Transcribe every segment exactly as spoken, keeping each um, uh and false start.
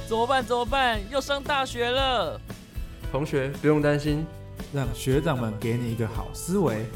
怎么办？怎么办？要上大学了！ 同学不用担心， 让学长们给你一个好思维。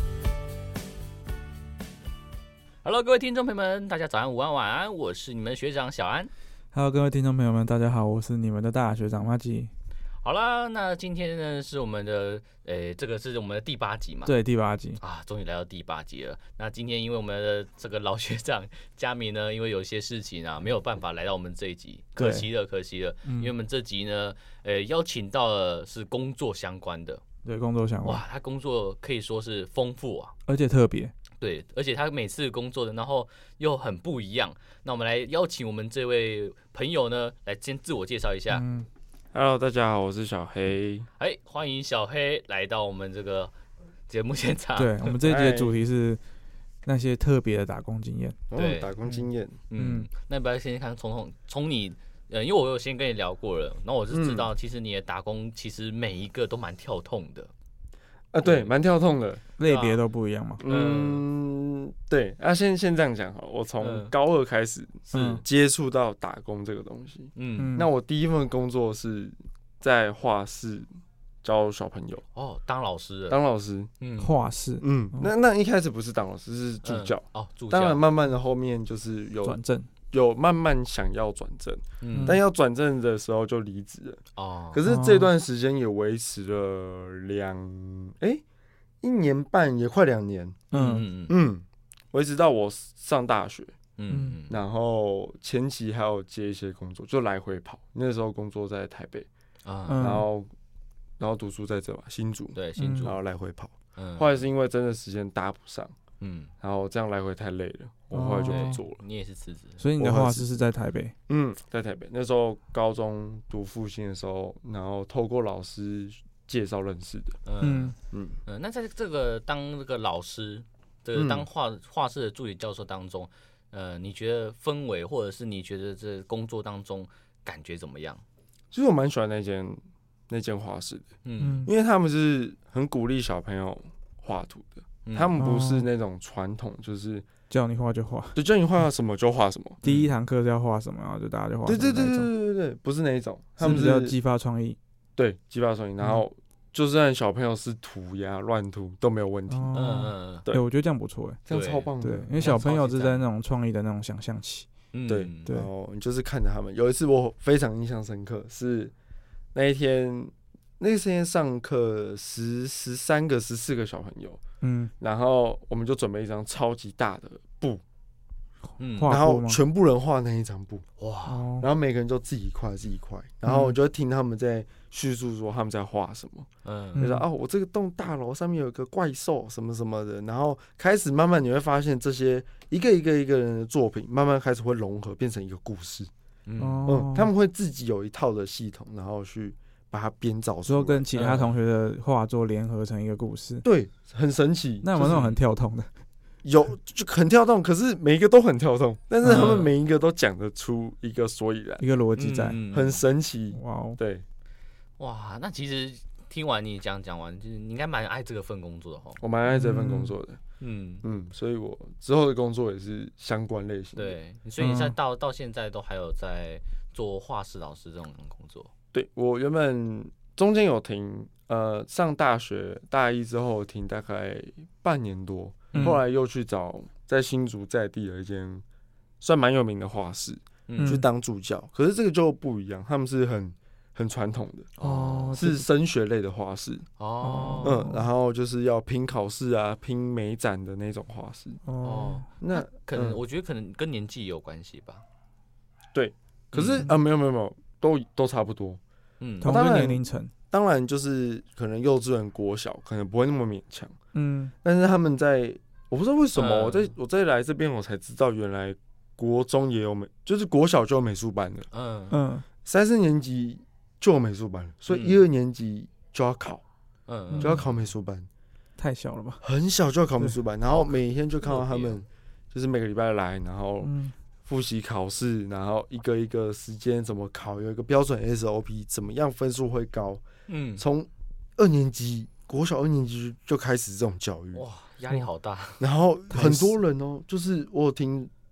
Hello， 各位听众朋友们，大家早安、午安、晚安，我是你们学长小安。 Hello， 各位听众朋友们，大家好，我是你们的大学长马吉。 好啦，那今天呢是我们的，诶，这个是我们的第八集嘛？ 对，第八集啊，终于来到第八集了。那今天因为我们的这个老学长佳明呢，因为有一些事情啊，没有办法来到我们这一集，可惜了，可惜了。嗯、因为我们这集呢，呃，邀请到的是工作相关的， 对，工作相关。 哇，他工作可以说是丰富啊， 而且特别。 对，而且他每次工作的，然后又很不一样。那我们来邀请我们这位朋友呢，来先自我介绍一下。 嗯Hello， 大家好，我是小黑。 哎，欢迎小黑来到我们这个节目现场。 对，我们这一集的主题是那些特别的打工经验。 对，打工经验。 嗯，嗯那要不要先看从从你，呃，因为我有先跟你聊过了，然后我是知道，其实你的打工其实每一个都蛮跳痛的。 啊，对，蛮跳痛的， 类别都不一样嘛。 嗯，对。啊，先先这样讲好，我从高二开始是接触到打工这个东西。嗯，那我第一份工作是在画室教小朋友。 哦，当老师了。 当老师。 嗯，画室。 嗯，那那一开始不是当老师，是助教。 嗯、哦，助教。 当然，慢慢的后面就是有转正。 有慢慢想要转正，嗯、但要转正的时候就离职了。哦，可是这段时间也维持了两哎、欸、一年半，也快两年。嗯嗯嗯，维持到我上大学。嗯，然后前期还有接一些工作，就来回跑。那时候工作在台北啊，然后然后读书在这吧，新竹。 对，新竹， 然后来回跑。嗯，后来是因为真的时间搭不上。嗯，然后这样来回太累了，我后来就不做了。 你也是辞职， 所以你的画室是在台北？ 嗯，在台北。那时候高中读复兴的时候，然后透过老师介绍认识的。 嗯嗯嗯。那在这个当这个老师，这个当画画室的助理教授当中，呃，你觉得氛围，或者是你觉得这工作当中感觉怎么样？ 其实我蛮喜欢那间那间画室的，嗯，因为他们是很鼓励小朋友画图的。他们不是那种传统，就是叫你画就画， 对，叫你画什么就画什么。 第一堂课是要画什么，然后就大家就画。 对对对对对对对，不是那一种，他们是要激发创意。 对，激发创意，然后就算小朋友是涂鸦乱涂都没有问题。嗯嗯，对，我觉得这样不错哎， 这样超棒的。 对，因为小朋友是在那种创意的那种想象期。 对对，然后你就是看着他们。有一次我非常印象深刻，是那一天。那天上课十十三个十四个小朋友，嗯，然后我们就准备一张超级大的布，嗯，然后全部人画那一张布，哇，然后每个人就自己一块自己一块，然后我就听他们在叙述说他们在画什么，嗯，就说哦，我这个栋大楼上面有一个怪兽什么什么的，然后开始慢慢你会发现这些一个一个一个人的作品，慢慢开始会融合变成一个故事，嗯嗯，他们会自己有一套的系统，然后去。把它编造出来， 说跟其他同学的画作联合成一个故事， 对，很神奇。 那有没有那种很跳动的？ 有，就很跳动，可是每一个都很跳动，但是他们每一个都讲得出一个所以然， 一个逻辑在， 很神奇。哇哦，对， 哇，那其实听完你讲讲完，就是你应该蛮爱这个份工作的哈。 我蛮爱这份工作的，嗯嗯，所以我之后的工作也是相关类型的。 对，所以你现在到到现在都还有在做画室老师这种工作。 对，我原本中间有停，呃，上大学大一之后停大概半年多，嗯、后来又去找在新竹在地的一间算蛮有名的画室、嗯、去当助教。可是这个就不一样，他们是很很传统的，哦，是升学类的画室，哦，嗯，然后就是要拼考试啊、拼美展的那种画室。 哦，那可能、嗯、我觉得可能跟年纪有关系吧。 对，可是、嗯、啊，没有没有没有。都都差不多， 嗯，同个年龄层， 当然就是可能幼稚园、国小可能不会那么勉强，嗯，但是他们在，我不知道为什么，嗯、我在我在来这边我才知道，原来国中也有美，就是国小就有美术班的，嗯嗯，三四年级就有美术班了，所以一二年级就要考，嗯，就要考美术班， 太小了吧？ 很小就要考美术班，然后每天就看到他们，就是每个礼拜来，然后。嗯复习考试，然后一个一个时间怎么考，有一个标准 S O P， 怎么样分数会高？嗯，从二年级国小二年级就开始这种教育， 哇，压力好大。 然后很多人哦，就是我有听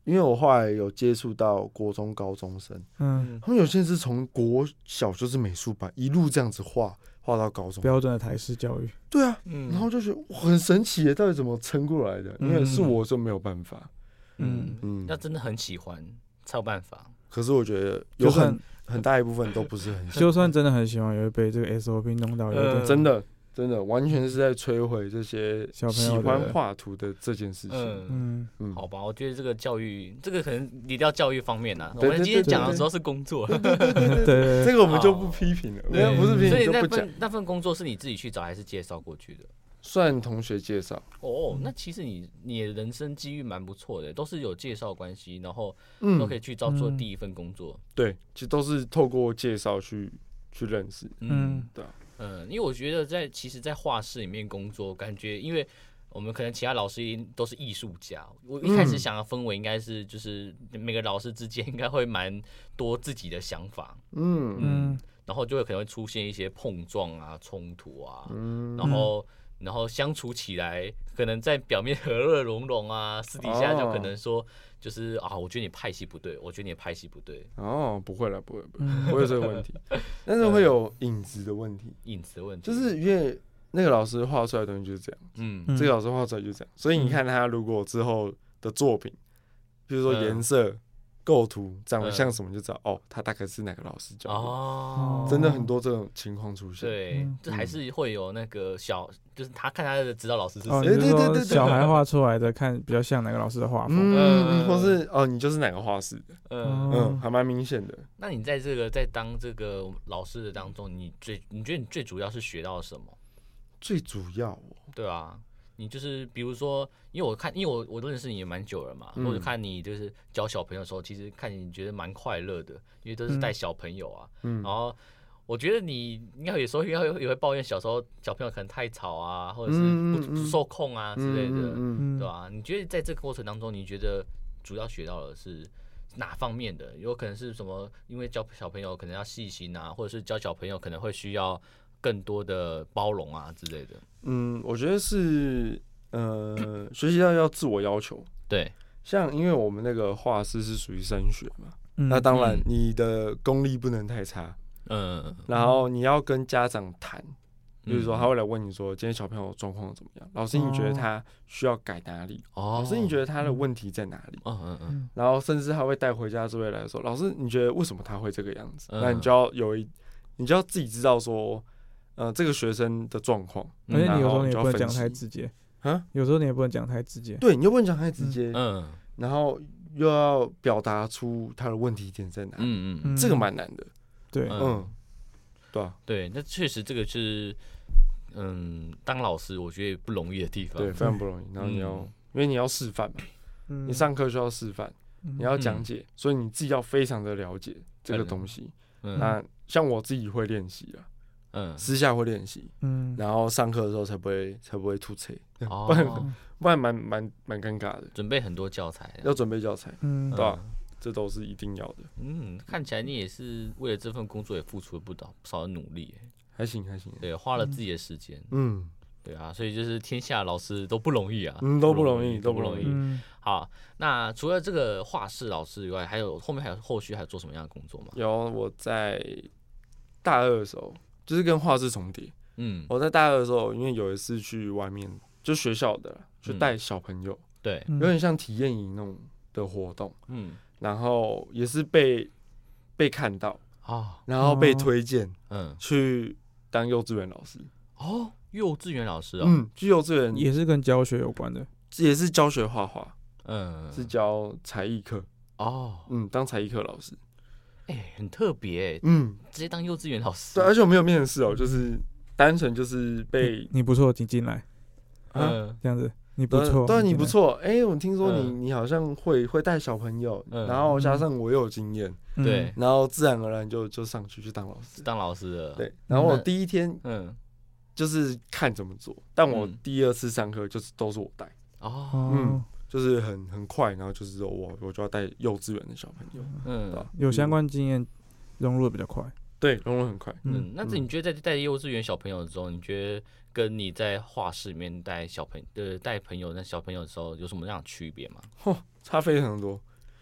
因为我后来有接触到国中高中生，嗯，他们有些是从国小就是美术班一路这样子画画到高中， 标准的台式教育。 对啊，嗯、然后就觉得很神奇耶，到底怎么撑过来的？因为是我就没有办法， 嗯嗯，要真的很喜欢才有办法。 可是我觉得有很很大一部分都不是很喜欢， 就算真的很喜欢，也会被这个 S O P 弄到有点、 呃、真的。真的完全是在摧毁这些喜欢画图的这件事情。 嗯嗯，好吧，我觉得这个教育，这个可能离掉教育方面啊。我们今天讲的主要是工作， 对对对对，这个我们就不批评了，没有不是批评， 所以那份那份工作是你自己去找还是介绍过去的？ 算同学介绍。 哦，那其实你你的人生机遇蛮不错的，都是有介绍关系，然后都可以去找做第一份工作。 对，其实都是透过介绍去去认识。嗯，对。 嗯，因为我觉得在其实，在画室里面工作，感觉因为我们可能其他老师都是艺术家，我一开始想的氛围应该是，就是每个老师之间应该会蛮多自己的想法，嗯嗯，然后就会可能会出现一些碰撞啊、冲突啊，嗯、然后然后相处起来，可能在表面和乐融融啊，私底下就可能说。哦就是啊，我觉得你派系不对，我觉得你的派系不对。 哦，不会了，不会，不会，不会有这个问题，但是会有影子的问题。 影子的问题， 就是因为那个老师画出来的东西就是这样，嗯，这个老师画出来就是这样，所以你看他如果之后的作品，比如说颜色、嗯、构图长得像什么，就知道、嗯、哦，他大概是哪个老师教的。哦，真的很多这种情况出现。 对，嗯、这还是会有那个小。就是他看他的指导老师是谁， 哦，对对对对，小孩画出来的看比较像哪个老师的画风， 嗯，或是哦，你就是哪个画室的，嗯嗯，还蛮明显的。 那你在这个在当这个老师的当中，你最你觉得你最主要是学到什么？ 最主要哦， 对啊，你就是比如说，因为我看，因为我我都认识你也蛮久了嘛，嗯、或者看你就是教小朋友的时候，其实看你觉得蛮快乐的，因为都是带小朋友啊，嗯，然后。我觉得你应该有时候也会也会抱怨小时候小朋友可能太吵啊，或者是不不受控啊之类的，嗯嗯、对吧、啊？你觉得在这个过程当中，你觉得主要学到的是哪方面的？有可能是什么？因为教小朋友可能要细心啊，或者是教小朋友可能会需要更多的包容啊之类的。 嗯，我觉得是呃，学习到要自我要求。 对， 像因为我们那个画室是属于升学嘛，嗯、那当然你的功力不能太差。嗯，然后你要跟家长谈，比如说他会来问你说，今天小朋友状况怎么样？老师，你觉得他需要改哪里？哦，老师，你觉得他的问题在哪里？嗯嗯嗯。然后甚至他会带回家作业来说，老师，你觉得为什么他会这个样子？嗯、那你就要有一，你就要自己知道说，呃，这个学生的状况。 而且你有时候你也不能讲太直接啊，有时候你也不能讲太直接。 对，你又不能讲太直接。嗯。然后又要表达出他的问题点在哪里？嗯嗯。这个蛮难的。 对， 嗯，对啊， 对，那确实这个是，嗯，当老师我觉得不容易的地方， 对，非常不容易。然后你要，嗯、因为你要示范嘛，嗯、你上课需要示范，嗯、你要讲解，嗯、所以你自己要非常的了解这个东西。嗯、那像我自己会练习啊，嗯，私下会练习，嗯，然后上课的时候才不会才不会吐槽，哦、不然不然蛮蛮蛮尴尬的。 准备很多教材， 要准备教材，嗯，对吧、啊？这都是一定要的。 嗯，看起来你也是为了这份工作也付出了不少不少的努力， 还行还行。 对，花了自己的时间。嗯，对啊，所以就是天下老师都不容易啊， 嗯，都不容易，都不容易。 嗯、好，那除了这个画室老师以外，还有后面还有后续还有做什么样的工作吗？ 有，我在大二的时候，就是跟画室重叠。嗯，我在大二的时候，因为有一次去外面，就学校的，就带小朋友， 嗯、对， 有点像体验营那种的活动。嗯。然后也是被被看到啊，然后被推荐，嗯，去当幼稚园老师。 哦，幼稚园老师啊， 嗯，去幼稚园也是跟教学有关的， 也是教学画画，嗯，是教才艺课。哦，嗯，当才艺课老师， 哎、欸，很特别，嗯，直接当幼稚园老师。 对，而且我没有面试哦，就是单纯就是被你, 你不错，请进来，嗯，这样子。你不错， 对，你不错。哎、欸，我听说你、嗯、你好像会会带小朋友，嗯、然后加上我又有经验， 对、嗯， 然后自然而然就就上去去当老师， 当老师了。 对，然后我第一天，嗯，就是看怎么做，但我第二次上课就是都是我带，哦，嗯，就是很很快，然后就是说我我就要带幼稚园的小朋友， 嗯，有相关经验，融入的比较快。 对，融入很快。 嗯，那你觉得在带幼稚园小朋友的时候，你觉得跟你在画室里面带小朋友呃带朋友那小朋友的时候有什么样的区别吗？ 哦，差非常多。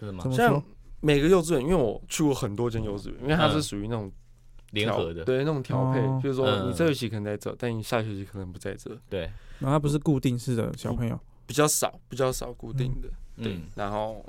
是吗？ 像每个幼稚园，因为我去过很多间幼稚园，因为它是属于那种联合的， 对那种调配， 哦、 就是说你这学期可能在这，但你下学期可能不在这。 对， 然后它不是固定式的小朋友， 比较少，比较少固定的。 嗯、 对，然后，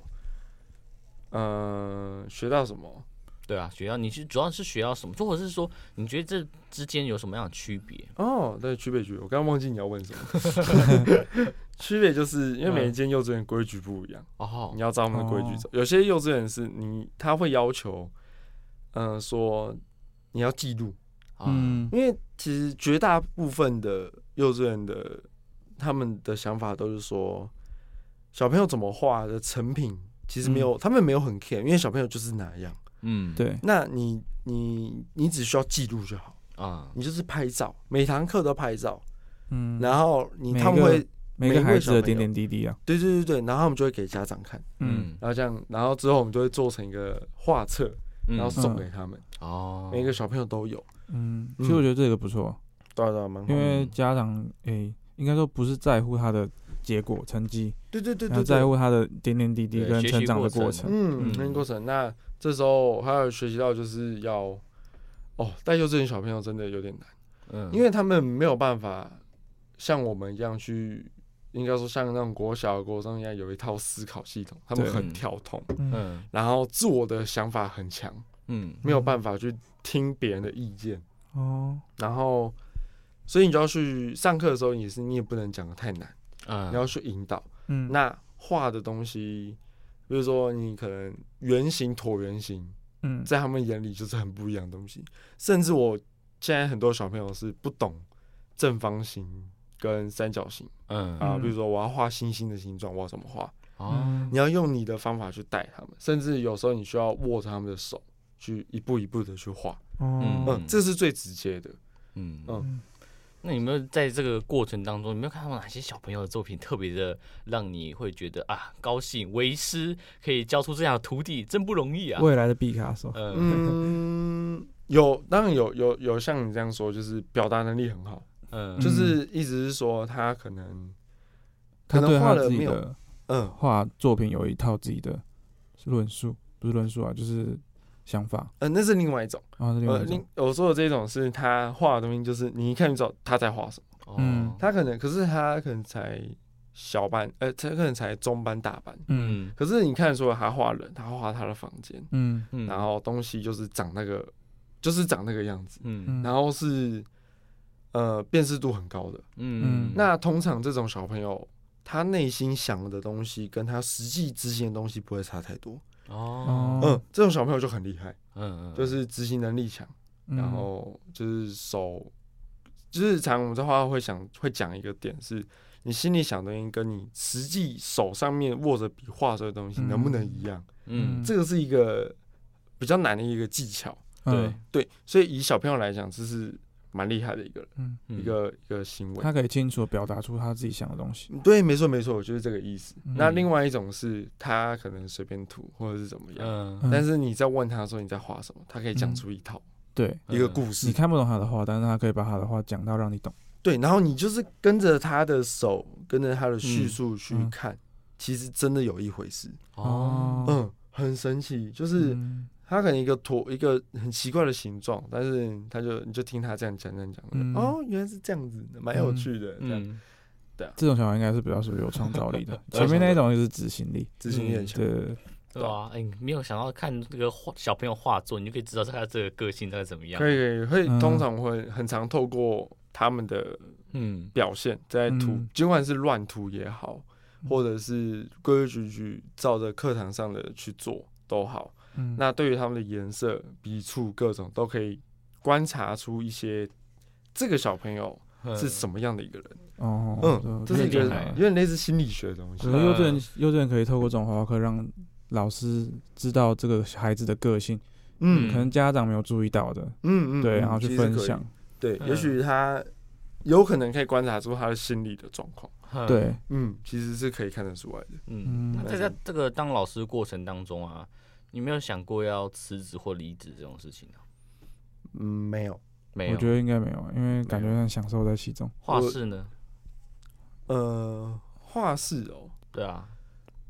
嗯、呃，学到什么？ 对啊，学到你是主要是学到什么，或者是说你觉得这之间有什么样的区别？ 哦，对，区别区别，我刚刚忘记你要问什么。区别就是因为每一间幼稚园规矩不一样，哦，你要照他们的规矩走。有些幼稚园是你他会要求，嗯、呃，说你要记录，嗯，因为其实绝大部分的幼稚园的他们的想法都是说，小朋友怎么画的成品其实没有，嗯、他们没有很 care， 因为小朋友就是哪样。 嗯，对， 那你你你只需要记录就好啊，你就是拍照，每堂课都拍照，嗯，然后你他们会每个孩子的点点滴滴啊， 对对对对，然后他们就会给家长看，嗯，然后这样，然后之后我们就会做成一个画册，然后送给他们，哦、嗯，每个小朋友都有， 嗯，其实我觉得这个不错， 对对，蛮好， 因为家长诶、欸，应该说不是在乎他的结果成绩， 对对对对， 要在乎他的点点滴滴跟成长的过程， 嗯，成长过程，那。这时候还有学习到就是要哦，带幼稚园小朋友真的有点难，嗯，因为他们没有办法像我们一样去，应该说像那种国小、国中一样有一套思考系统，他们很跳通，嗯，然后自我的想法很强，嗯，没有办法去听别人的意见，哦，然后所以你就要去上课的时候也是，你也不能讲得太难，嗯，你要去引导，嗯，那画的东西。比如说，你可能圆形、椭圆形，嗯，在他们眼里就是很不一样的东西。甚至我现在很多小朋友是不懂正方形跟三角形，嗯啊，比如说我要画星星的形状，我要怎么画？哦，你要用你的方法去带他们，甚至有时候你需要握着他们的手，去一步一步的去画。嗯嗯，这是最直接的。嗯嗯。 那有没有在这个过程当中，有没有看到哪些小朋友的作品特别的让你会觉得啊高兴？为师可以教出这样的徒弟，真不容易啊！ 未来的毕卡索， 嗯，有，当然有有有像你这样说，就是表达能力很好，嗯，就是意思是说他可能可能画了没有， 嗯，画作品有一套自己的论述，不是论述啊，就是想法， 呃，那是另外一种。 啊，是另外一种。 呃，我说的这种是他画的东西，就是你一看就知道他在画什么。嗯，他可能，可是他可能才小班，呃，他可能才中班、大班。嗯，可是你看得出来他画人，他画他的房间。嗯嗯，然后东西就是长那个，就是长那个样子。嗯，然后是呃辨识度很高的。嗯，那通常这种小朋友，他内心想的东西跟他实际执行的东西不会差太多。哦，嗯，这种小朋友就很厉害，嗯嗯，就是执行能力强，嗯，然后就是手，就是常我们在画画会想会讲一个点是，你心里想的东西跟你实际手上面握着笔画这个东西能不能一样？嗯，这个是一个比较难的一个技巧，对对，所以以小朋友来讲，这是蛮厉害的一个人，嗯，一个一个行为， 他可以清楚表达出他自己想的东西。 对，没错没错，就是这个意思。嗯、那另外一种是他可能随便涂或者是怎么样，嗯、但是你在问他说你在画什么，他可以讲出一套， 嗯、对一个故事。 你看不懂他的话，但是他可以把他的话讲到让你懂。 对，然后你就是跟着他的手，跟着他的叙述去看，嗯、其实真的有一回事。哦，嗯，很神奇，就是。嗯他可能一个坨一个很奇怪的形状，但是他就你就听他这样讲这样讲，嗯、哦，原来是这样子的，蛮有趣的。嗯、这样，对啊， 这种小孩应该是比较属于有创造力的，前面那一种就是执行力， 执行力很强。 对对啊，哎、欸，没有想到看这个小朋友画作，你就可以知道他这个个性大概怎么样。 可以可以，会通常会很常透过他们的嗯表现在涂，嗯、尽管是乱涂也好，或者是规规矩矩照着课堂上的去做都好。嗯、那对于他们的颜色、笔触各种，都可以观察出一些这个小朋友是什么样的一个人。哦，嗯，这是一个有点类似心理学的东西。 幼稚园幼稚园可以透过这种画画课，让老师知道这个孩子的个性，嗯，可能家长没有注意到的，嗯嗯，对，然后去分享。 对，也许他有可能可以观察出他的心理的状况。 对， 嗯，其实是可以看得出来的。 嗯，那在这个当老师的过程当中啊。你没有想过要辞职或离职这种事情啊？ 嗯，没有， 没有。 我觉得应该没有，因为感觉很享受在其中。 画室呢？ 呃，画室哦， 对啊，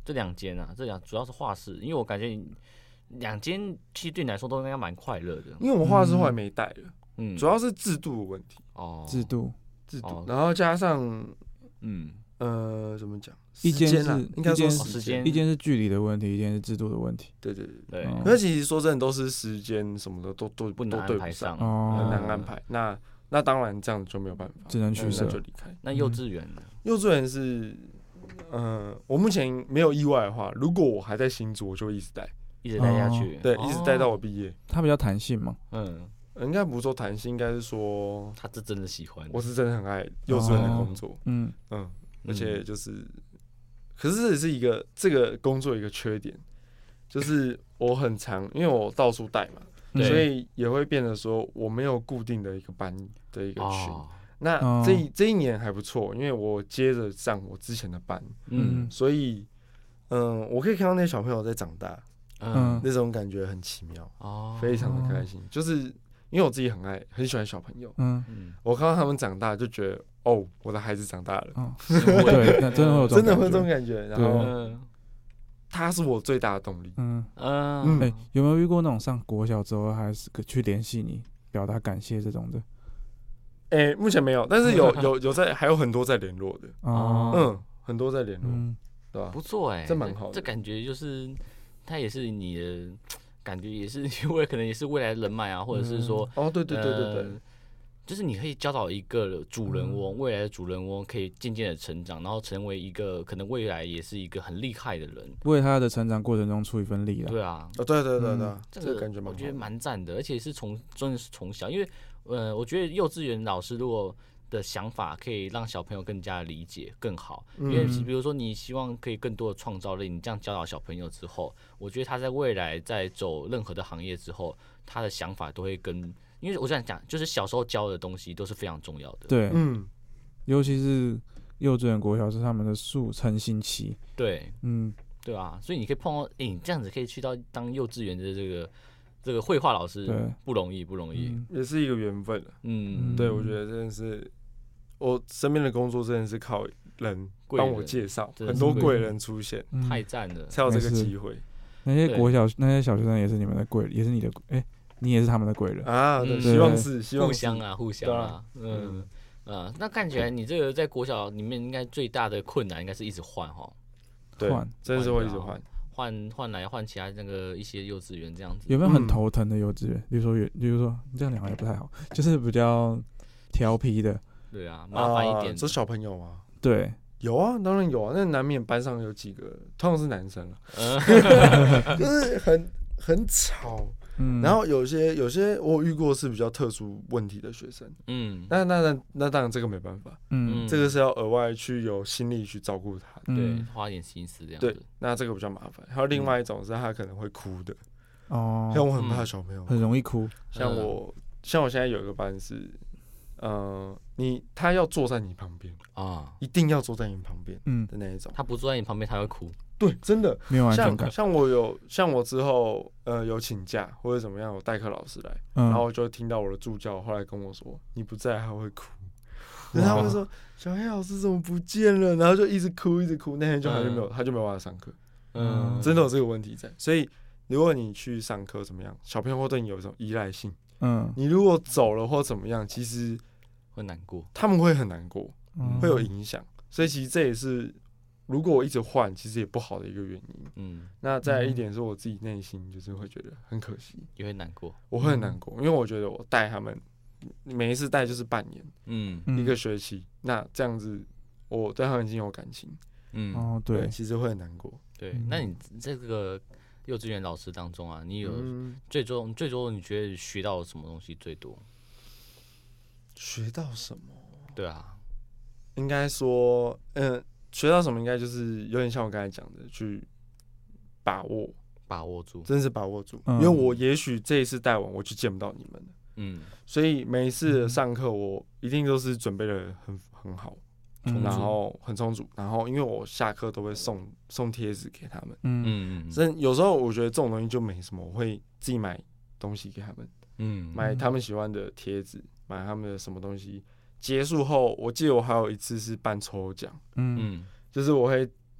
这两间啊，这两主要是画室，因为我感觉两间其实对你来说都应该蛮快乐的。 因为我们画室后来没带了， 嗯， 主要是制度的问题。 哦， 制度， 制度， 哦然后加上嗯呃怎么讲？ 一间是应该说时间， 一间是距离的问题，一间是制度的问题。 对对对。 对， 可是其实说真的，都是时间什么的都都不能都对不安排上， 哦很难安排。那那当然这样子就没有办法， 只能取舍， 那就离开。 那幼稚园呢？ 幼稚园是，嗯、呃，我目前没有意外的话，如果我还在新竹，我就一直带， 一直带下去， 对， 哦一直带到我毕业。 它比较弹性嘛。 嗯， 应该不是说弹性，应该是说他是真的喜欢， 我是真的很爱幼稚园的工作， 嗯嗯，而且就是，可是这也是一个这个工作一个缺点，就是我很常，因为我到处带嘛，所以也会变得说我没有固定的一个班的一个群。 哦那这一这一年还不错，因为我接着上我之前的班， 嗯， 所以嗯，我可以看到那些小朋友在长大， 嗯， 那种感觉很奇妙， 哦， 非常的开心。就是因为我自己很爱很喜欢小朋友， 嗯， 我看到他们长大就觉得哦，我的孩子长大了， 哦，对，那真的会有这种真的会有这种感觉。然后嗯他是我最大的动力。 嗯嗯， 哎，有没有遇过那种上国小之后还是去联系你表达感谢这种的？ 哎、欸，目前没有，但是有有有在，还有很多在联络的。 哦， 嗯，很多在联络， 嗯， 对吧？ 不错哎， 这蛮好的。 这感觉就是他也是你的感觉，也是因为可能也是未来的人脉啊，或者是说， 哦，对对对对对。 呃就是你可以教导一个主人翁，嗯、未来的主人翁可以渐渐的成长，然后成为一个可能未来也是一个很厉害的人， 为他的成长过程中出一份力了。 对啊， 哦，对对对对，嗯、 这个感觉我觉得蛮赞的，而且是从真的是从小，因为呃，我觉得幼稚园老师如果的想法可以让小朋友更加理解更好，因为比如说你希望可以更多的创造力，你这样教导小朋友之后，我觉得他在未来在走任何的行业之后，他的想法都会跟。因为我想讲，就是小时候教的东西都是非常重要的。 对，嗯，尤其是幼稚园、国小是他们的速成型期。 对， 嗯， 对啊，所以你可以碰到，哎、欸，你这样子可以去到当幼稚园的这个这个绘画老师，不容易，不容易， 嗯、也是一个缘分。 嗯， 对，我觉得真的是我身边的工作真的是靠人帮我介绍，很多贵人出现， 嗯、 太赞了， 才有这个机会。 那些国小那些小学生也是你们的贵，也是你的哎。欸你也是他们的贵人啊！对，希望是，希望互相啊，互相啊，嗯啊，那看起来你这个在国小里面应该最大的困难应该是一直换哈， 对，真的是会一直换， 换换来换其他那个一些幼稚园这样子。 有没有很头疼的幼稚园？比如说，比如说这样讲好像也不太好，就是比较调皮的。 对啊，麻烦一点。 这小朋友啊， 对， 有啊，当然有啊。那难免班上有几个，通常是男生了，就是很很吵。嗯，然后有些有些我遇过是比较特殊问题的学生，嗯，那那那那当然这个没办法，嗯，这个是要额外去有心力去照顾他， 对，花点心思这样子。 对，那这个比较麻烦。还有另外一种是他可能会哭的，哦，像我很怕小朋友， 很容易哭。 像我像我现在有一个班是，呃，你他要坐在你旁边啊，一定要坐在你旁边，嗯的那一种， 他不坐在你旁边他会哭。 对，真的没有安全感。 像我有，像我之后呃有请假或者怎么样，我代课老师来，嗯、然后我就听到我的助教后来跟我说：“你不在，他会哭。”然后他会说：“小黑老师怎么不见了？”然后就一直哭，一直哭。那天就他就没有，嗯、他就没有办法上课。嗯，真的有这个问题在。所以如果你去上课怎么样，小朋友会对你有一种依赖性。嗯，你如果走了或怎么样，其实会难过， 他们会很难过，嗯、会有影响。所以其实这也是。如果我一直换，其实也不好的一个原因。嗯，那再一点是我自己内心就是会觉得很可惜， 也会难过。 我会很难过，因为我觉得我带他们，每一次带就是半年，嗯，一个学期，那这样子我对他们已经有感情，嗯，哦，对，其实会很难过。 对，那你这个幼稚园老师当中啊，你有最终最终你觉得学到什么东西最多？ 学到什么？ 对啊， 应该说，嗯。学到什么应该就是有点像我刚才讲的，去把握、 把握住， 真是把握住。嗯、因为我也许这一次带完，我就见不到你们了。嗯，所以每一次上课，我一定都是准备的很很好，嗯、然后很充足。然后因为我下课都会送送贴纸给他们。嗯嗯，所以有时候我觉得这种东西就没什么，我会自己买东西给他们。嗯，买他们喜欢的贴纸，买他们的什么东西。结束后，我记得我还有一次是办抽奖，嗯，就是我会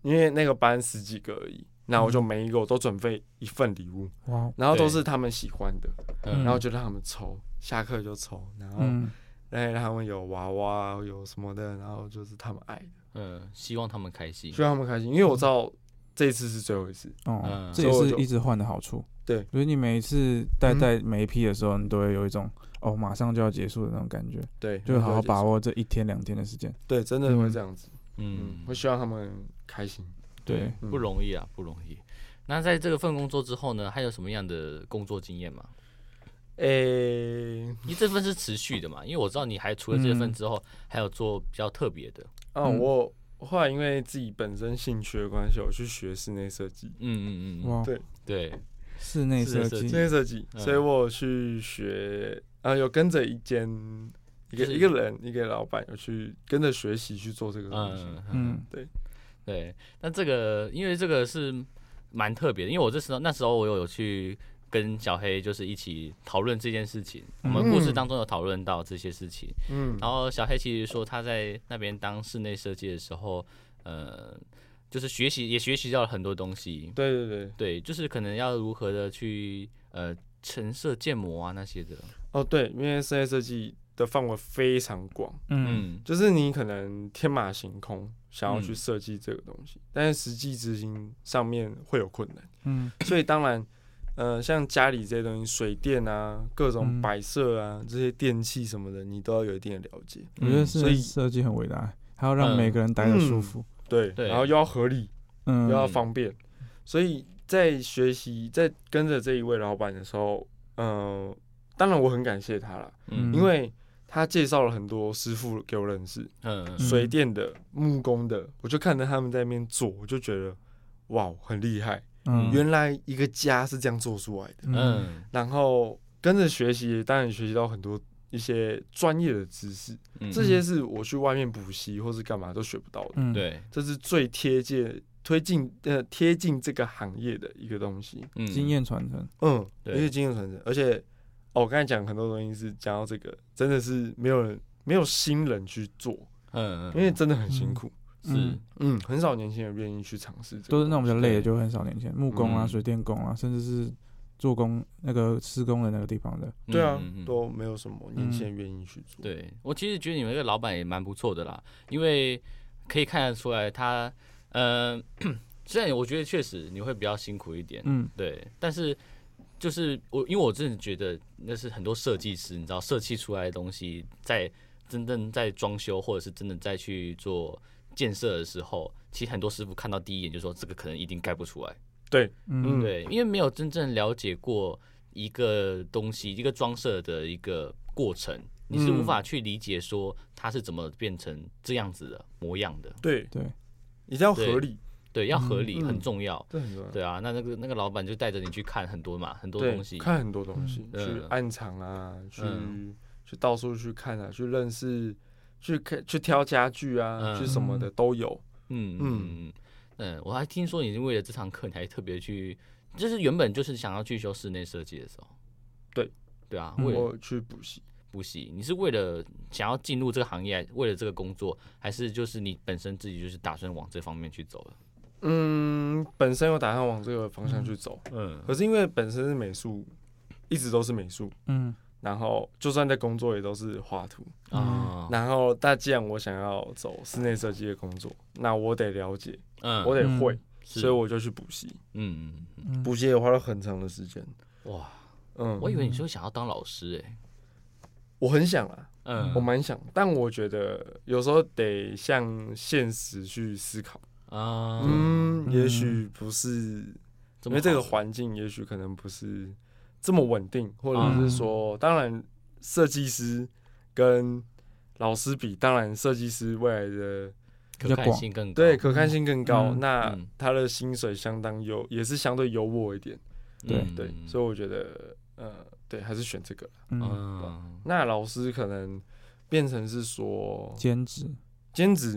因为那个班十几个而已，然后我就每一个我都准备一份礼物，哇，然后都是他们喜欢的，然后就让他们抽，下课就抽，然后让他们有娃娃有什么的，然后就是他们爱的， 嗯，希望他们开心， 希望他们开心，因为我知道这一次是最后一次， 哦，这也是一直换的好处， 对， 所以你每一次带带每一批的时候，你都会有一种哦马上就要结束的那种感觉， 对， 就好好把握这一天两天的时间， 对，真的会这样子，嗯，会希望他们开心。 对， 不容易啊，不容易。那在这个份工作之后呢，还有什么样的工作经验吗？诶、欸，因为这份是持续的嘛，因为我知道你还除了这份之后，嗯、还有做比较特别的。 哦，我后来因为自己本身兴趣的关系，我去学室内设计。 嗯嗯嗯，对对， 室内设计， 室内设计，所以我有去学，啊，有跟着一间一个、就是、一个人一个老板有去跟着学习去做这个东西。嗯嗯，对。 对，那这个因为这个是蛮特别的，因为我这时候那时候我有有去跟小黑就是一起讨论这件事情，我们故事当中有讨论到这些事情，嗯，然后小黑其实说他在那边当室内设计的时候，呃，就是学习也学习到了很多东西， 对对对， 对，就是可能要如何的去呃陈设建模啊那些的， 哦对，因为室内设计的范围非常广，嗯，就是你可能天马行空想要去设计这个东西，嗯、但是实际执行上面会有困难，嗯，所以当然，呃，像家里这些东西，水电啊，各种摆设啊，嗯、这些电器什么的，你都要有一定的了解。 我觉得室内设计很伟大，还要让每个人待得舒服， 嗯、对，对，然后又要合理，嗯，又要方便，所以在学习在跟着这一位老板的时候，嗯、呃，当然我很感谢他啦，嗯，因为他介绍了很多师傅给我认识，嗯，水电的、木工的，我就看着他们在那边做，我就觉得哇，很厉害，嗯，原来一个家是这样做出来的，嗯，然后跟着学习，当然学习到很多一些专业的知识，嗯，这些是我去外面补习或是干嘛都学不到的， 嗯，对， 这是最贴近推进呃贴近这个行业的一个东西， 嗯，经验传承， 嗯，一些经验传承，而且。哦，我刚才讲很多东西是讲到这个，真的是没有人没有新人去做，嗯嗯，因为真的很辛苦， 嗯、是嗯，很少年轻人愿意去尝试， 都是那种比较累的，就很少年轻人，木工啊、嗯、水电工啊，甚至是做工那个施工的那个地方的， 对啊，嗯、都没有什么年轻人愿意去做。 对，我其实觉得你们这个老板也蛮不错的啦，因为可以看得出来他，呃，虽然我觉得确实你会比较辛苦一点，嗯，对，但是。就是我，因为我真的觉得那是很多设计师，你知道设计出来的东西，在真正在装修或者是真的在去做建设的时候，其实很多师傅看到第一眼就说这个可能一定盖不出来。 对， 嗯，对，因为没有真正了解过一个东西，一个装设的一个过程，你是无法去理解说它是怎么变成这样子的模样的。 对对， 一定要合理。 对，要合理，嗯、很重要。 这很重要。 对啊，那那个那个老板就带着你去看很多嘛，很多东西， 看很多东西，嗯、去暗场啊，去、嗯、去到处去看啊，去认识，去看去挑家具啊，嗯、去什么的都有。嗯嗯嗯，我还听说你为了这堂课，你还特别去，就是原本就是想要去修室内设计的时候。 对对啊， 我去补习。 补习，你是为了想要进入这个行业，为了这个工作，还是就是你本身自己就是打算往这方面去走了？ 嗯，本身有打算往这个方向去走，嗯，可是因为本身是美术，一直都是美术，嗯，然后就算在工作也都是画图啊，然后但既然我想要走室内设计的工作，那我得了解，嗯，我得会，所以我就去补习，嗯嗯，补习也花了很长的时间，哇， 嗯，我以为你说想要当老师哎、欸， 我很想啊，嗯，我蛮想，但我觉得有时候得向现实去思考。啊，嗯，也许不是，因为这个环境也许可能不是这么稳定，或者是说，当然设计师跟老师比，当然设计师未来的可看性更高， 对，可看性更高，嗯、那他的薪水相当优，也是相对优渥一点，对、嗯、对，所以我觉得，呃，对，还是选这个，嗯，那老师可能变成是说兼职， 兼职。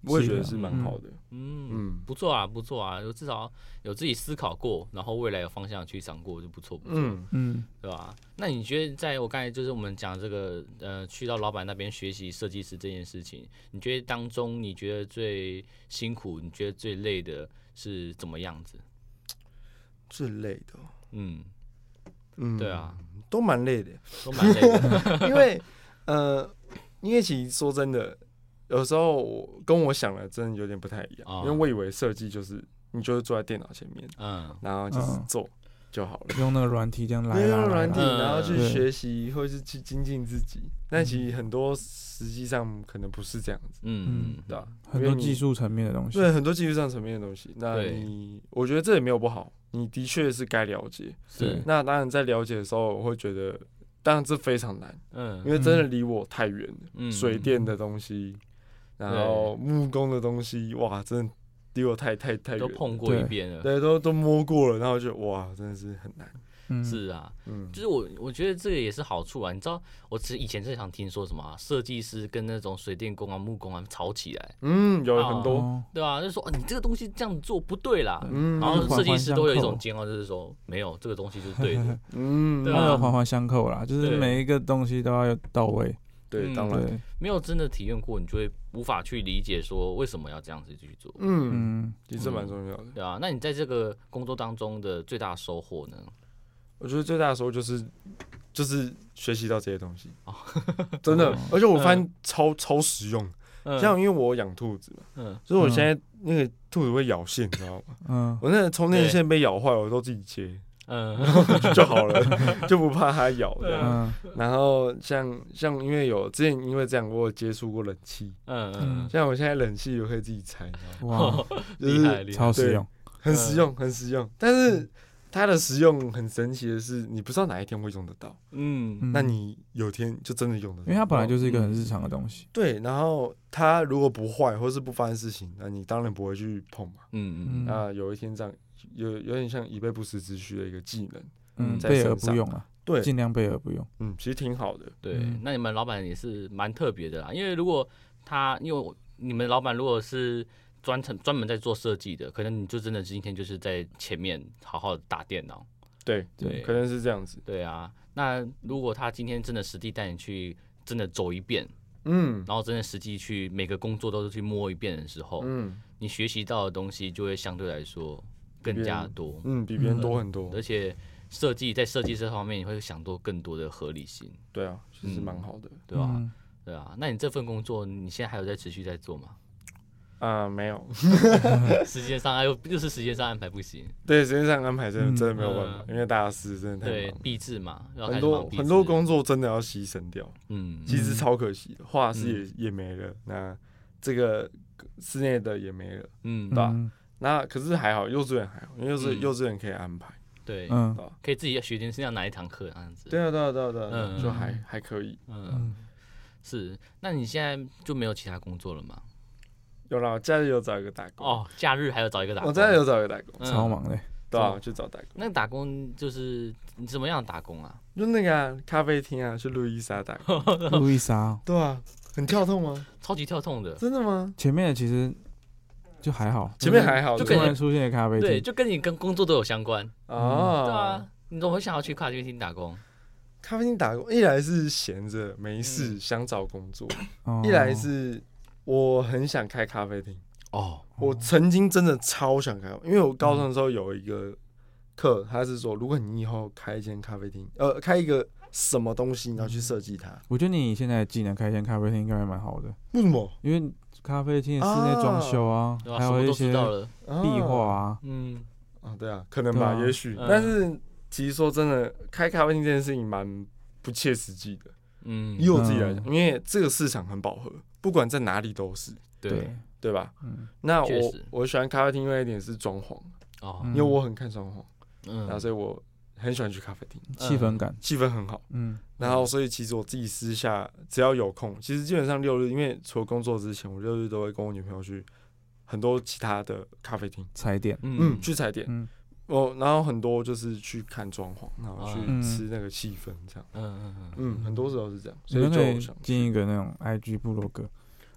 我也觉得是蛮好的。 嗯嗯，不错啊，不错啊，有至少有自己思考过，然后未来有方向去想过，就不错不错。嗯嗯，对吧？那你觉得，在我刚才就是我们讲这个呃，去到老板那边学习设计师这件事情，你觉得当中你觉得最辛苦，你觉得最累的是怎么样子？ 最累的， 嗯嗯，对啊， 都蛮累的， 都蛮累的， 因为呃，因为其实说真的。有时候我跟我想的真的有点不太一样，哦、因为我以为设计就是你就是坐在电脑前面，嗯，然后就是做就好了， 嗯、用那个软体这样来， 用软体，然后去学习、嗯、或者是去精进自己。但其实很多实际上可能不是这样子，嗯，对吧？ 很多技术层面的东西， 对，很多技术上层面的东西。那你我觉得这也没有不好，你的确是该了解。 是， 那当然在了解的时候，我会觉得，当然这非常难，嗯，因为真的离我太远了，嗯，水电的东西。然后木工的东西，哇，真的离我太太太远， 都碰过一遍了， 对，都都摸过了，然后就哇，真的是很难。 嗯、是啊，嗯，就是我我觉得这个也是好处啊。你知道，我其实以前最常听说什么设计师跟那种水电工啊、木工啊吵起来， 嗯，有很多， 啊对吧、啊？就说、啊、你这个东西这样做不对啦，嗯，然后设计师都有一种煎熬，就是说没有这个东西是对的， 嗯，对啊，环环相扣啦，就是每一个东西都要到位。 对，当然、嗯、 没有真的体验过，你就会无法去理解说为什么要这样子去做。 嗯，其实蛮重要的、嗯。 对啊，那你在这个工作当中的最大的收获呢？ 我觉得最大的收获就是就是学习到这些东西，哦、真的，而且我发现超、嗯、超实用。嗯、像因为我养兔子嘛，嗯，所以我现在那个兔子会咬线，你知道吗？嗯，我那个充电线被咬坏，我都自己接。嗯，就好了，就不怕它咬这样。嗯、然后像像因为有之前因为这样，我有接触过冷气。嗯嗯。像我现在冷气我可以自己拆，你知道吗？哇， 厉害厉害， 超实用， 很实用，很实用。但是它的实用很神奇的是，你不知道哪一天会用得到。嗯。那你有天就真的用得到， 因为它本来就是一个很日常的东西。 嗯、对，然后它如果不坏或是不发生事情，那你当然不会去碰嘛。嗯嗯。那有一天这样。有有点像以备不时之需的一个技能， 嗯，备而不用啊，对，尽量备而不用， 嗯，其实挺好的， 对。嗯、那你们老板也是蛮特别的啦，因为如果他，因为你们老板如果是专程专门在做设计的，可能你就真的今天就是在前面好好的打电脑， 对对，可能是这样子， 对啊。那如果他今天真的实地带你去，真的走一遍，嗯，然后真的实际去每个工作都是去摸一遍的时候，嗯，你学习到的东西就会相对来说。更加多， 嗯，比别人多很多， 而且设计在设计这方面，你会想多更多的合理性。 对啊，其实蛮好的， 对吧、啊？嗯、对啊，那你这份工作，你现在还有在持续在做吗？ 啊、呃，没有， 时间上又就是时间上安排不行。 对，时间上安排真的、嗯、真的没有办法，因为大家事真的太忙。 对，毕制嘛， 很多很多工作真的要牺牲掉，嗯，其实超可惜的，画室也、嗯、也没了，那这个室内的也没了，嗯，对吧？嗯那可是还好，幼稚园还好，因为幼稚、嗯、幼稚园可以安排， 对，嗯，可以自己学天是要哪一堂课这样子。 对啊，对啊，对啊，对啊，嗯、就还还可以。嗯， 是。那你现在就没有其他工作了吗？ 有啦，假日有找一个打工。 哦，假日还有找一个打工。 我假日有找一个打工， 嗯、超忙的。 对啊，去找打工。 那个打工就是你怎么样打工啊？ 就那个、啊、咖啡厅啊，去路易莎打工。 路易莎。 对啊，很跳痛吗？ 超级跳痛的。 真的吗？ 前面的其实。就还好， 前面还好， 就突然出现的咖啡厅， 对，就跟你跟工作都有相关哦。对啊，你怎么会想要去咖啡厅打工？ 咖啡厅打工，一来是闲着没事、嗯、想找工作，哦、一来是我很想开咖啡厅哦。我曾经真的超想开，因为我高中的时候有一个课，他是说，如果你以后开一间咖啡厅，呃，开一个什么东西，你要去设计它。 我觉得你现在的技能开一间咖啡厅应该蛮好的。 为什么？ 因为咖啡厅的室内装修啊， 啊还有一些壁画啊， 嗯，啊，对啊，可能吧，啊、也许。嗯、但是其实说真的，开咖啡厅这件事情蛮不切实际的。嗯，以我自己来讲，嗯、因为这个市场很饱和，不管在哪里都是。 对， 对吧？嗯，那我我喜欢咖啡厅，因为一点是装潢哦，因为我很看装潢，嗯，然后所以我很喜欢去咖啡厅， 气氛感， 气氛很好，嗯，然后所以其实我自己私下只要有空，其实基本上六日，因为除了工作之前，我六日都会跟我女朋友去很多其他的咖啡厅踩点， 嗯，去踩点，嗯，我然后很多就是去看装潢，然后去吃那个气氛这样，嗯嗯嗯，很多时候是这样，所以就进一个那种 I G 部落格。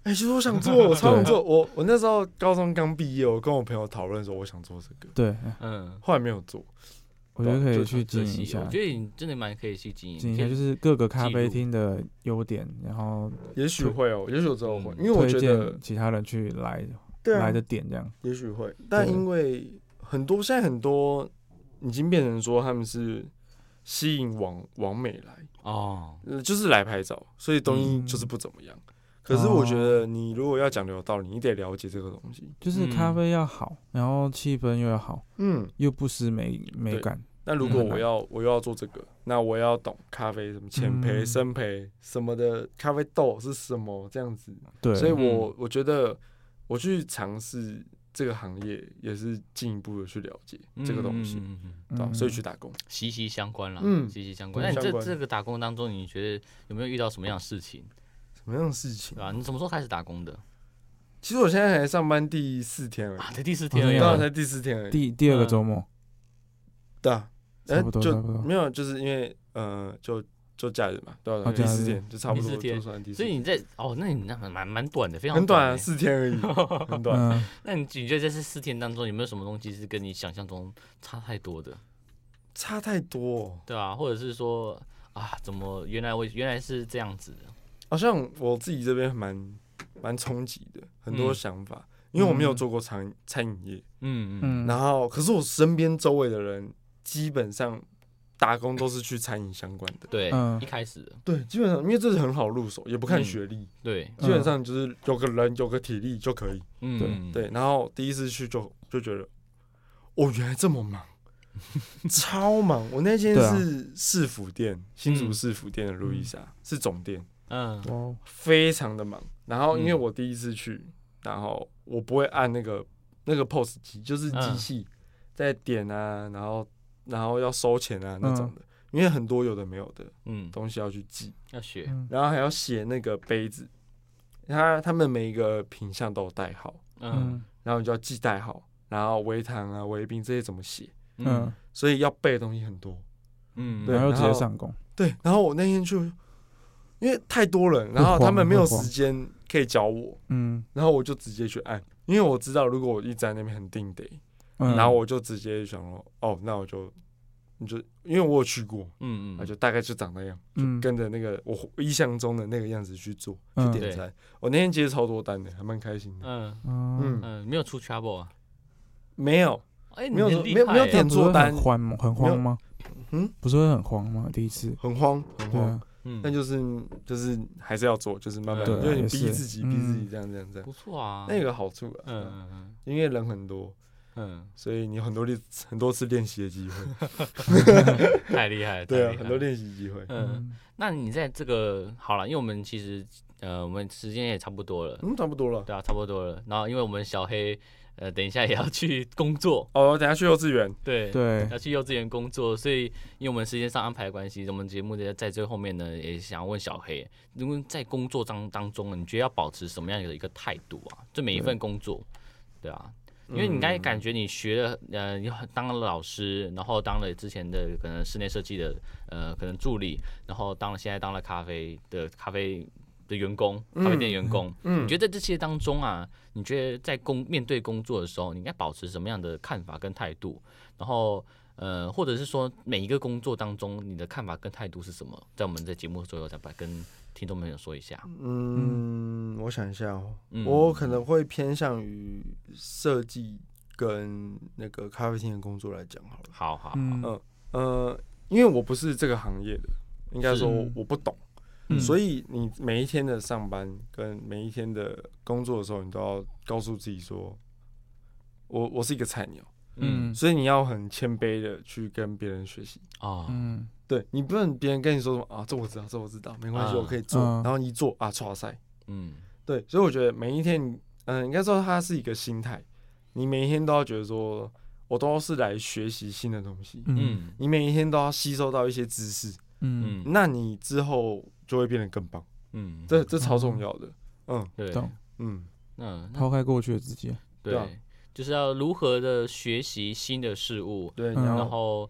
哎、欸，其实我想做，我超想做。我我那时候高中刚毕业，我跟我朋友讨论说我想做这个。 对， 嗯， 后来没有做。 我觉得可以去经营一下。 我觉得你真的蛮可以去经营。 经营一下就是各个咖啡厅的优点，然后也许会哦，也许我之后会，因为我觉得其他人去来、 啊、 来的点这样。 也许会，但因为很多现在很多已经变成说他们是吸引网网美来哦、呃，就是来拍照，所以东西就是不怎么样。嗯，可是我觉得你如果要讲究道理，你得了解这个东西， 就是咖啡要好，然后气氛又要好，嗯，又不失美美感。 那如果我要我又要做这个，那我要懂咖啡什么浅焙、深焙什么的，咖啡豆是什么这样子。对，所以我我觉得我去尝试这个行业，也是进一步的去了解这个东西，嗯嗯嗯嗯、所以去打工， 息息相关啦，嗯，息息相关。那你这这个打工当中，你觉得有没有遇到什么样的事情？ 什么样的事情？ 对吧？你什么时候开始打工的？ 其实我现在才上班第四天而已， 啊，才第四天而已， 对啊，才第四天而已。 第第二个周末， 对啊， 差不多， 就没有，就是因为呃，就就假日嘛，对吧？第四天就差不多，就算第四天。 所以你在哦，那你那蛮蛮短的，非常很短啊，四天而已，很短。 那你你觉得在这四天当中，有没有什么东西是跟你想象中差太多的？ 差太多， 对啊，或者是说啊，怎么原来我原来是这样子的？ 好像我自己这边蛮蛮冲击的，很多想法，嗯、因为我没有做过餐餐饮业，嗯嗯，然后可是我身边周围的人基本上打工都是去餐饮相关的， 对，嗯、一开始对，基本上因为这是很好入手，也不看学历，嗯、 对， 基本上就是有个人有个体力就可以，嗯对对，然后第一次去就就觉得，哦，原来这么忙。超忙！我那间是市府店，啊、新竹市府店的路易莎、嗯、是总店，嗯，非常的忙。然后因为我第一次去，然后我不会按那个那个 P O S 机，就是机器在点啊，然后然后要收钱啊那种的，嗯、因为很多有的没有的，嗯，东西要去记， 要学， 然后还要写那个杯子，他他们每一个品项都有代号，嗯，然后你就要记代号，然后微糖啊、微冰这些怎么写。嗯，所以要背的东西很多，嗯， 对，然后直接上工， 对，然后我那天就因为太多人，然后他们没有时间可以教我，嗯，然后我就直接去按，因为我知道如果我一直在那边很定得，嗯，然后我就直接想说，哦，那我就你就因为我有去过，嗯嗯，那就大概就长那样，就跟着那个我印象中的那个样子去做，去点餐。我那天接超多单的，还蛮开心的，嗯嗯嗯，没有出 trouble 啊， 没有。 哎、欸， 没有没有没有点错单， 很慌吗？很慌吗？嗯，不是会很慌吗？第一次很慌，很慌。嗯，但就是就是还是要做，就是慢慢，因为你逼自己，逼自己这样这样这样。 不错啊， 那有个好处啊，嗯嗯嗯，因为人很多，嗯，所以你有很多练很多次练习的机会。太厉害了， 对啊，很多练习机会。 嗯，那你在这个好了，因为我们其实呃，我们时间也差不多了， 嗯，差不多了， 对啊，差不多了。然后因为我们小黑。呃，等一下也要去工作哦，等一下去幼稚园， 对对， 要去幼稚园工作，所以因为我们时间上安排的关系，我们节目在最后面呢，也想要问小黑，如果在工作当当中，你觉得要保持什么样的一个态度啊？就每一份工作，对, 对啊，因为你刚才感觉你学了，呃，当了老师，然后当了之前的可能室内设计的，呃，可能助理，然后当了现在当了咖啡的咖啡。的员工，咖啡店员工，嗯，你觉得在这些当中啊，你觉得在工面对工作的时候，你应该保持什么样的看法跟态度？然后，呃，或者是说每一个工作当中，你的看法跟态度是什么？在我们在节目最后再跟听众朋友说一下。 嗯，我想一下哦，嗯、我可能会偏向于设计跟那个咖啡厅的工作来讲好了。 好好好， 嗯呃，因为我不是这个行业的，应该说我不懂。所以你每一天的上班跟每一天的工作的时候，你都要告诉自己说，我我是一个菜鸟，嗯，所以你要很谦卑的去跟别人学习啊，嗯，对你不能别人跟你说什么啊，这我知道，这我知道，没关系，啊、我可以做，然后你一做啊，唰塞，嗯，对，所以我觉得每一天，嗯、呃，应该说它是一个心态，你每一天都要觉得说，我都是来学习新的东西，嗯，你每一天都要吸收到一些知识，嗯，那你之后就会变得更棒，嗯，这这超重要的，嗯， 对， 嗯，嗯，抛开过去的自己， 对，就是要如何的学习新的事物，对，然后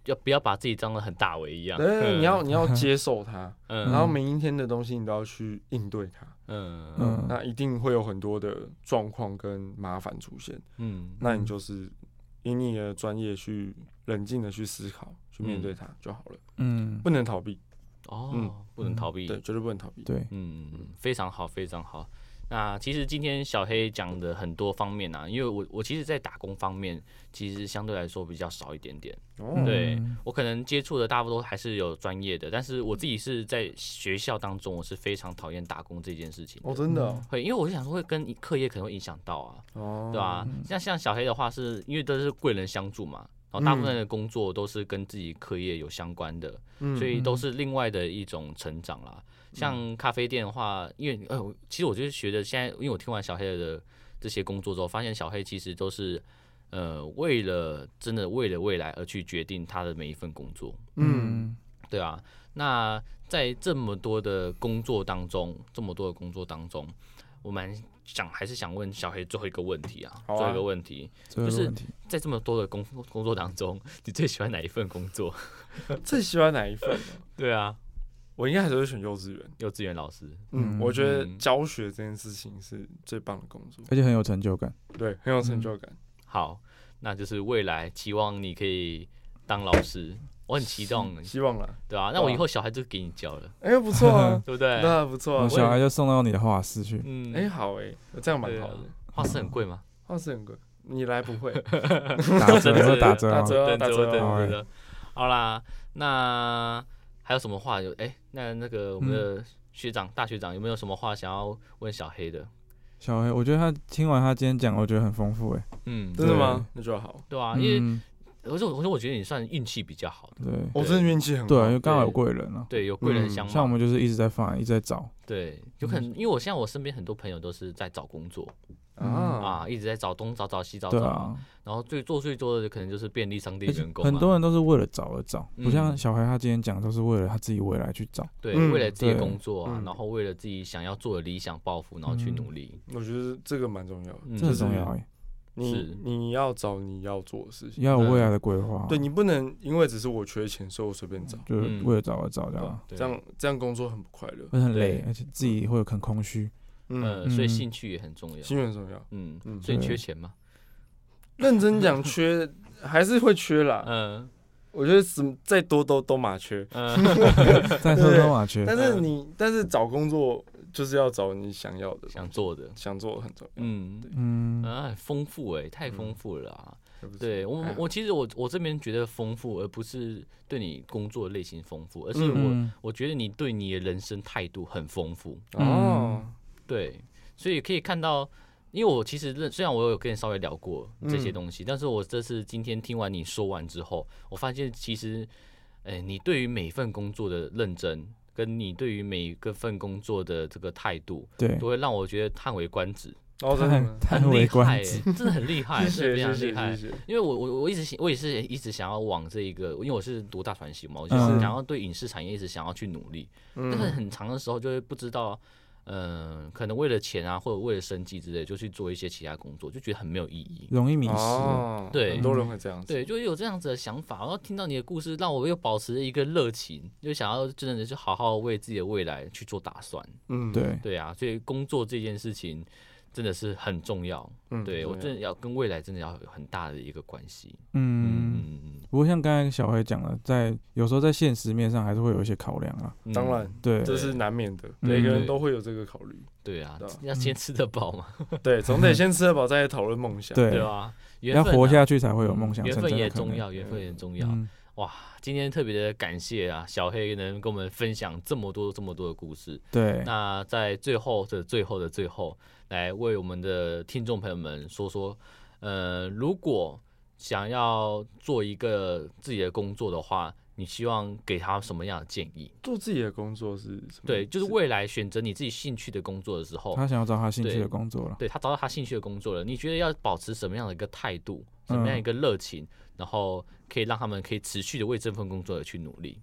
要不要把自己当得很大为一样？ 对， 嗯、 你要你要接受它， 嗯， 然后每一天的东西你都要去应对它， 嗯嗯，那一定会有很多的状况跟麻烦出现，嗯，那你就是以你的专业去冷静的去思考，去面对它就好了，嗯，不能逃避， 哦，嗯、不能逃避， 对，绝对不能逃避， 对， 嗯，非常好，非常好。那其实今天小黑讲的很多方面啊，因为我我其实，在打工方面，其实相对来说比较少一点点。哦、对我可能接触的大部分都还是有专业的，但是我自己是在学校当中，我是非常讨厌打工这件事情的。 哦，真的、哦？ 会，因为我就想说会跟课业可能会影响到啊，哦、对吧、啊？像像小黑的话是，是因为都是贵人相助嘛。然后大部分的工作都是跟自己课业有相关的，嗯、所以都是另外的一种成长啦。像咖啡店的话，因为呃，其实我就是觉得现在，因为我听完小黑的这些工作之后，发现小黑其实都是呃为了真的为了未来而去决定他的每一份工作。嗯，对啊。那在这么多的工作当中，这么多的工作当中，我蛮想还是想问小黑最后一个问题啊，啊最后一个问题就是在这么多的工工作当中，你最喜欢哪一份工作？ 最喜欢哪一份？ 对啊。 我应该还是会选幼稚园， 幼稚园老师。 嗯，我觉得教学这件事情是最棒的工作， 而且很有成就感。 对，很有成就感。 嗯、好，那就是未来期望你可以当老师，我很期待。 希望啦， 对啊，那我以后小孩就给你教了。 哎、欸，不错啊， 对不对？ 那不错啊， 我小孩就送到你的画室去。 嗯，哎、欸，好哎、欸，这样蛮好的。 画室很贵吗？ 画室很贵，你来不会。 打折，打折， 打折，打折， 打折。好啦，那。还有什么话有？哎、欸，那那个我们的学长、嗯、大学长有没有什么话想要问小黑的？ 小黑，我觉得他听完他今天讲，我觉得很丰富哎。 嗯，真的吗？那就好。 对啊，因为我说我说我觉得你算运气比较好的。 对， 我、哦、真的运气很好。 对，因为刚好有贵人啊。 对，有贵人相帮、嗯。 像我们就是一直在放，一直在找。 对，有可能因为我现在我身边很多朋友都是在找工作。啊, 啊，一直在找东找找西找找，啊、然后最做最多的可能就是便利商店员工、啊。 很多人都是为了找而找，嗯、不像小孩他今天讲，都是为了他自己未来去找。 对，嗯、为了自己的工作啊，然后为了自己想要做的理想抱负，然后去努力。 嗯、我觉得这个蛮重要的， 嗯、这很重要哎、欸。 你你要找你要做的事情， 要有未来的规划。 对你不能因为只是我缺钱，所以我随便找， 就是为了找而找这样。 这样这样工作很不快乐， 会很累，而且自己会很空虚。 嗯，所以兴趣也很重要。 兴趣很重要。 嗯嗯，所以你缺钱吗？ 认真讲，缺还是会缺啦。嗯，我觉得什再多都都马缺。嗯， 再多都马缺。 但是你，但是找工作就是要找你想要的、 想做的、 想做的很重要。 嗯嗯啊，丰富哎，太丰富了啦。对我，我其实我我这边觉得丰富，而不是对你工作的类型丰富，而是我我觉得你对你的人生态度很丰富。哦，对，所以可以看到。因为我其实虽然我有跟你稍微聊过这些东西，嗯、但是我这次今天听完你说完之后，我发现其实，欸、你对于每份工作的认真，跟你对于每个份工作的这个态度， 对， 都会让我觉得叹为观止。 哦，真的很厉害、欸，真的很厉害，真的非常厉害。 谢谢谢谢， 因为我我我一直我也是一直想要往这一个，因为我是读大传系嘛，我就是想要对影视产业一直想要去努力，嗯、但是很长的时候就会不知道。嗯，可能为了钱啊，或者为了生计之类，就去做一些其他工作，就觉得很没有意义， 容易迷失。 哦、 对， 很多人会这样子。 对，就有这样子的想法。然后听到你的故事，让我又保持一个热情，就想要真的就好好为自己的未来去做打算。 嗯，对， 对啊，所以工作这件事情真的是很重要。嗯，对我真的要跟未来真的要有很大的一个关系。 嗯嗯嗯。不过像刚才小黑讲的，在有时候在现实面上还是会有一些考量啊。 嗯、当然， 对， 这是难免的，每个人都会有这个考虑。 对啊，要先吃得饱嘛。 对，总得先吃得饱，再讨论梦想。 对， 对吧？ 要活下去才会有梦想。 缘分也重要，缘分也重要。嗯、哇，今天特别的感谢啊，小黑能跟我们分享这么多这么多的故事。 对， 那在最后的最后的最后，来为我们的听众朋友们说说，呃，如果想要做一个自己的工作的话，你希望给他什么样的建议？ 做自己的工作是什么？ 对，就是未来选择你自己兴趣的工作的时候， 他想要找他兴趣的工作了。 对，他找到他兴趣的工作了，你觉得要保持什么样的一个态度，什么样一个热情，嗯、然后可以让他们可以持续的为这份工作而去努力？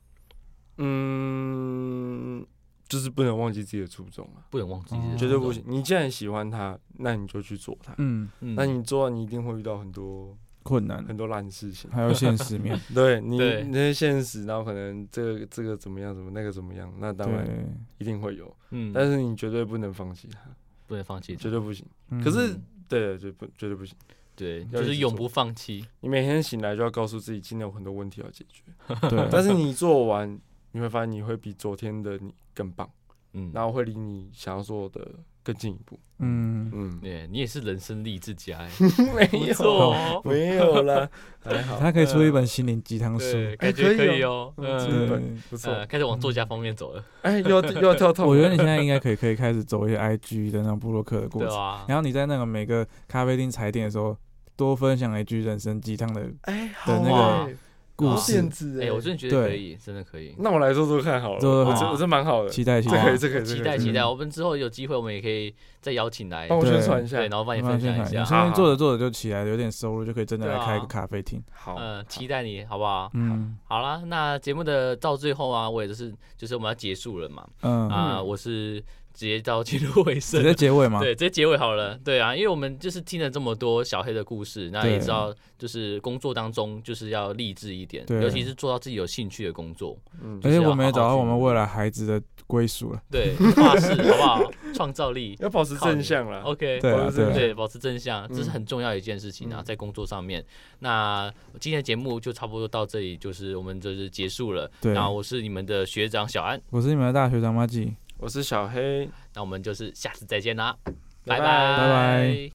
嗯，就是不能忘记自己的初衷啊， 不能忘记自己的初衷， 绝对不行。你既然喜欢它，那你就去做它。嗯嗯，那你做，你一定会遇到很多困难， 很多烂事情， 还有现实面。 对你那些现实，然后可能这个这个怎么样，怎么那个怎么样，那当然一定会有。嗯，但是你绝对不能放弃它， 不能放弃， 绝对不行。嗯、可是，对，绝不绝对不行。 对，就是永不放弃。 你每天醒来就要告诉自己，今天有很多问题要解决。对，但是你做完，你会发现你会比昨天的你更棒。嗯，然后会离你想要做的更进一步。嗯嗯，对，你也是人生励志家， 没有，没有啦，还好。 他可以出一本心灵鸡汤书， 感觉可以哦。 嗯，这本不错， 开始往作家方面走了。 哎，又又要跳痛。 我觉得你现在应该可以可以开始走一些 I G 的那种部落客的过程，然后你在那个每个咖啡厅踩点的时候，多分享一句人生鸡汤的哎的那个。故事， 哎、欸，我真的觉得可以，真的可以。 那我来做做看好了，做做看，我这蛮好的， 期待期待， 这可以，这可以， 期待期待。我们之后有机会，我们也可以再邀请来帮我宣传一下， 对，然后帮你分享一下。 你现在做着做着就起来了，有点收入，就可以真的来开一个咖啡厅。 好， 嗯，期待你，好不好？嗯，好啦，那节目的到最后啊，我也就是就是我们要结束了嘛。嗯啊，我是。直接到进入尾声， 直接结尾吗？ 对，直接结尾好了。对啊，因为我们就是听了这么多小黑的故事，那也知道就是工作当中就是要励志一点，尤其是做到自己有兴趣的工作。嗯， 而且我们也找到我们未来孩子的归属了。 对，画室好不好？创造力要保持正向啦。 OK， 对啊对对，保持正向，这是很重要的一件事情啊，在工作上面。那今天的节目就差不多到这里，就是我们就是结束了。对，然后我是你们的学长小安， 我是你们的大学长马吉。 我是小黑， 那我们就是下次再见啦，拜拜拜拜。